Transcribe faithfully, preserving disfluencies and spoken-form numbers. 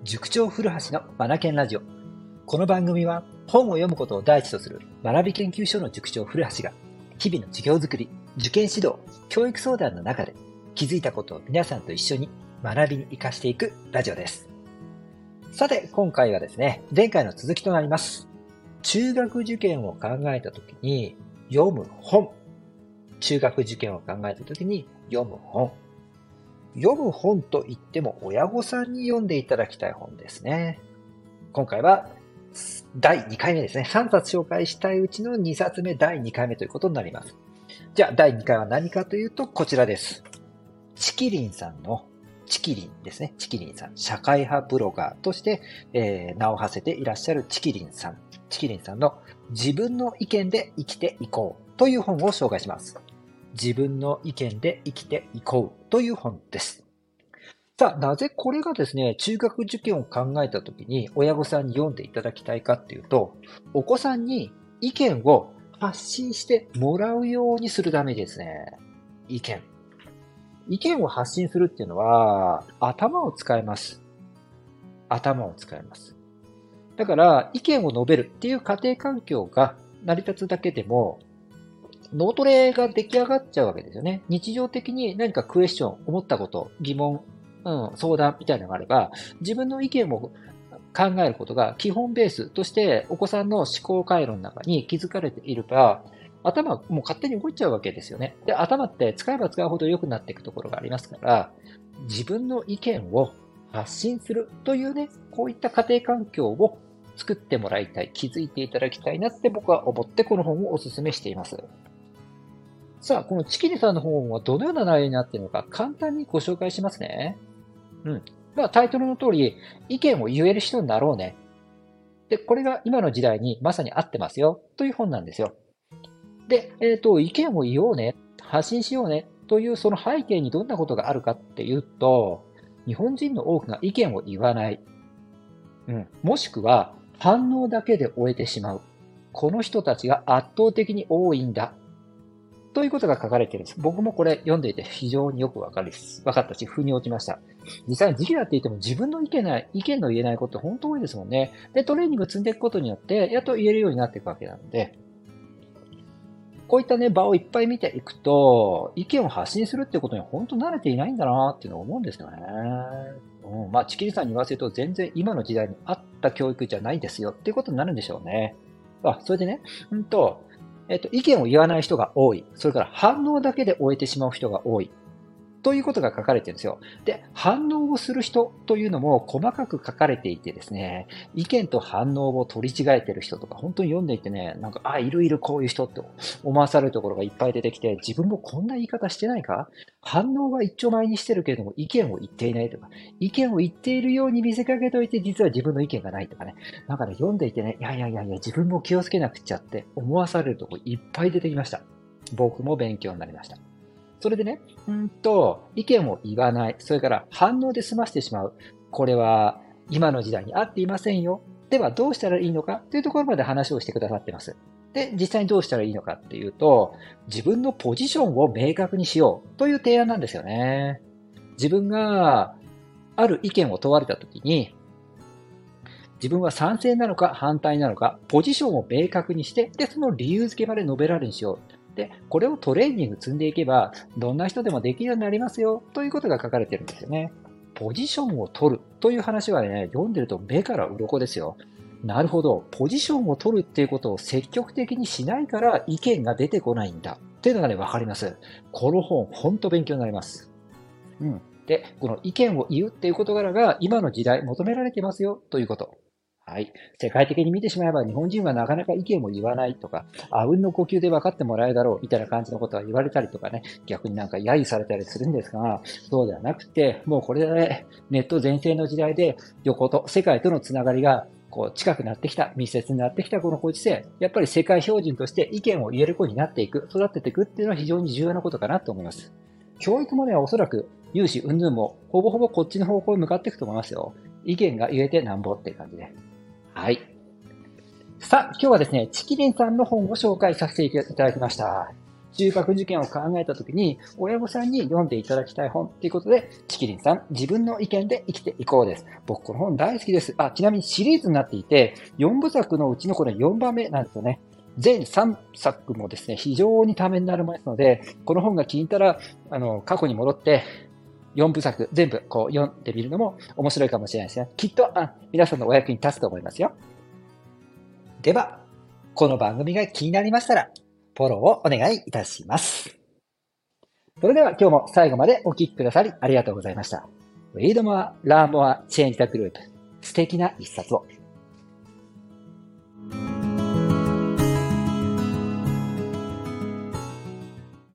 塾長古橋のマナケンラジオ。この番組は本を読むことを第一とする学び研究所の塾長古橋が日々の授業づくり、受験指導、教育相談の中で気づいたことを皆さんと一緒に学びに生かしていくラジオです。さて今回はですね、前回の続きとなります。中学受験を考えたときに読む本。中学受験を考えたときに読む本。読む本といっても親御さんに読んでいただきたい本ですね。今回はだいにかいめですね。さんさつ紹介したいうちのにさつめだいにかいめということになります。じゃあだいにかいは何かというとこちらです。チキリンさんのチキリンですね。チキリンさん。社会派ブロガーとして、えー、名を馳せていらっしゃるチキリンさん。チキリンさんの自分の意見で生きていこうという本を紹介します。自分の意見で生きていこうという本です。さあ、なぜこれがですね、中学受験を考えたときに親御さんに読んでいただきたいかっていうと、お子さんに意見を発信してもらうようにするためですね。意見。意見を発信するっていうのは、頭を使います。頭を使います。だから、意見を述べるっていう家庭環境が成り立つだけでも、脳トレが出来上がっちゃうわけですよね。日常的に何かクエスチョン、思ったこと、疑問、うん、相談みたいなのがあれば、自分の意見を考えることが基本ベースとしてお子さんの思考回路の中に気づかれていれば、頭もう勝手に動いちゃうわけですよね。で、頭って使えば使うほど良くなっていくところがありますから、自分の意見を発信するというね、こういった家庭環境を作ってもらいたい、気づいていただきたいなって僕は思ってこの本をお勧めしています。さあ、このチキリさんの本はどのような内容になっているのか簡単にご紹介しますね。うん。まあ、タイトルの通り、意見を言える人になろうね。で、これが今の時代にまさに合ってますよという本なんですよ。で、えっと、意見を言おうね、発信しようねというその背景にどんなことがあるかっていうと、日本人の多くが意見を言わない。うん。もしくは反応だけで終えてしまう。この人たちが圧倒的に多いんだ。ということが書かれているんです。僕もこれ読んでいて非常によくわかり、わかったし、腑に落ちました。実際に時期だって言っても自分の意見ない、意見の言えないことって本当多いですもんね。で、トレーニングを積んでいくことによって、やっと言えるようになっていくわけなので、こういったね、場をいっぱい見ていくと、意見を発信するってことに本当慣れていないんだなっていうのを思うんですよね。うん、まあ、チキリさんに言わせると全然今の時代に合った教育じゃないですよっていうことになるんでしょうね。あ、それでね、うんと、えっと、意見を言わない人が多い。それから反応だけで終えてしまう人が多い。ということが書かれてるんですよ。で、反応をする人というのも細かく書かれていてですね、意見と反応を取り違えてる人とか、本当に読んでいてね、なんか、あ、いるいるこういう人って思わされるところがいっぱい出てきて、自分もこんな言い方してないか？反応は一丁前にしてるけれども、意見を言っていないとか、意見を言っているように見せかけといて、実は自分の意見がないとかね。なんかね、読んでいてね、いやいやいやいや、自分も気をつけなくちゃって思わされるところいっぱい出てきました。僕も勉強になりました。それでね、うんと、意見を言わない。それから反応で済ましてしまう。これは今の時代に合っていませんよ。ではどうしたらいいのかというところまで話をしてくださっています。で、実際にどうしたらいいのかっていうと、自分のポジションを明確にしようという提案なんですよね。自分がある意見を問われたときに、自分は賛成なのか反対なのか、ポジションを明確にして、で、その理由付けまで述べられるようにしよう。で、これをトレーニング積んでいけば、どんな人でもできるようになりますよ、ということが書かれてるんですよね。ポジションを取るという話はね、読んでると目から鱗ですよ。なるほど。ポジションを取るっていうことを積極的にしないから意見が出てこないんだ。っていうのがね、わかります。この本、ほんと勉強になります。うん。で、この意見を言うっていう事柄が今の時代求められてますよ、ということ。はい。世界的に見てしまえば日本人はなかなか意見を言わないとか、あうんの呼吸で分かってもらえるだろうみたいな感じのことが言われたりとかね、逆になんか揶揄されたりするんですが、そうではなくて、もうこれで、ね、ネット全盛の時代で横と世界とのつながりがこう近くなってきた、密接になってきたこのご時世、やっぱり世界標準として意見を言える子になっていく、育てていくっていうのは非常に重要なことかなと思います。教育もね、おそらく有志云々もほぼほぼこっちの方向に向かっていくと思いますよ。意見が言えてなんぼっていう感じで。はい。さあ、今日はですね、チキリンさんの本を紹介させていただきました。 中学受験を考えたときに、親御さんに読んでいただきたい本ということで、チキリンさん、自分の意見で生きていこうです。僕、この本大好きです。あ、ちなみにシリーズになっていて、よんぶさくのうちのこれよんばんめなんですよね。全さんさくもですね、非常にためになるものですので、この本が気に入ったら、あの、過去に戻って、よんぶさく全部こう読んでみるのも面白いかもしれないですね。きっとあ皆さんのお役に立つと思いますよ。では、この番組が気になりましたら、フォローをお願いいたします。それでは今日も最後までお聞きくださりありがとうございました。Read More, Learn More, Change the Group。素敵な一冊を。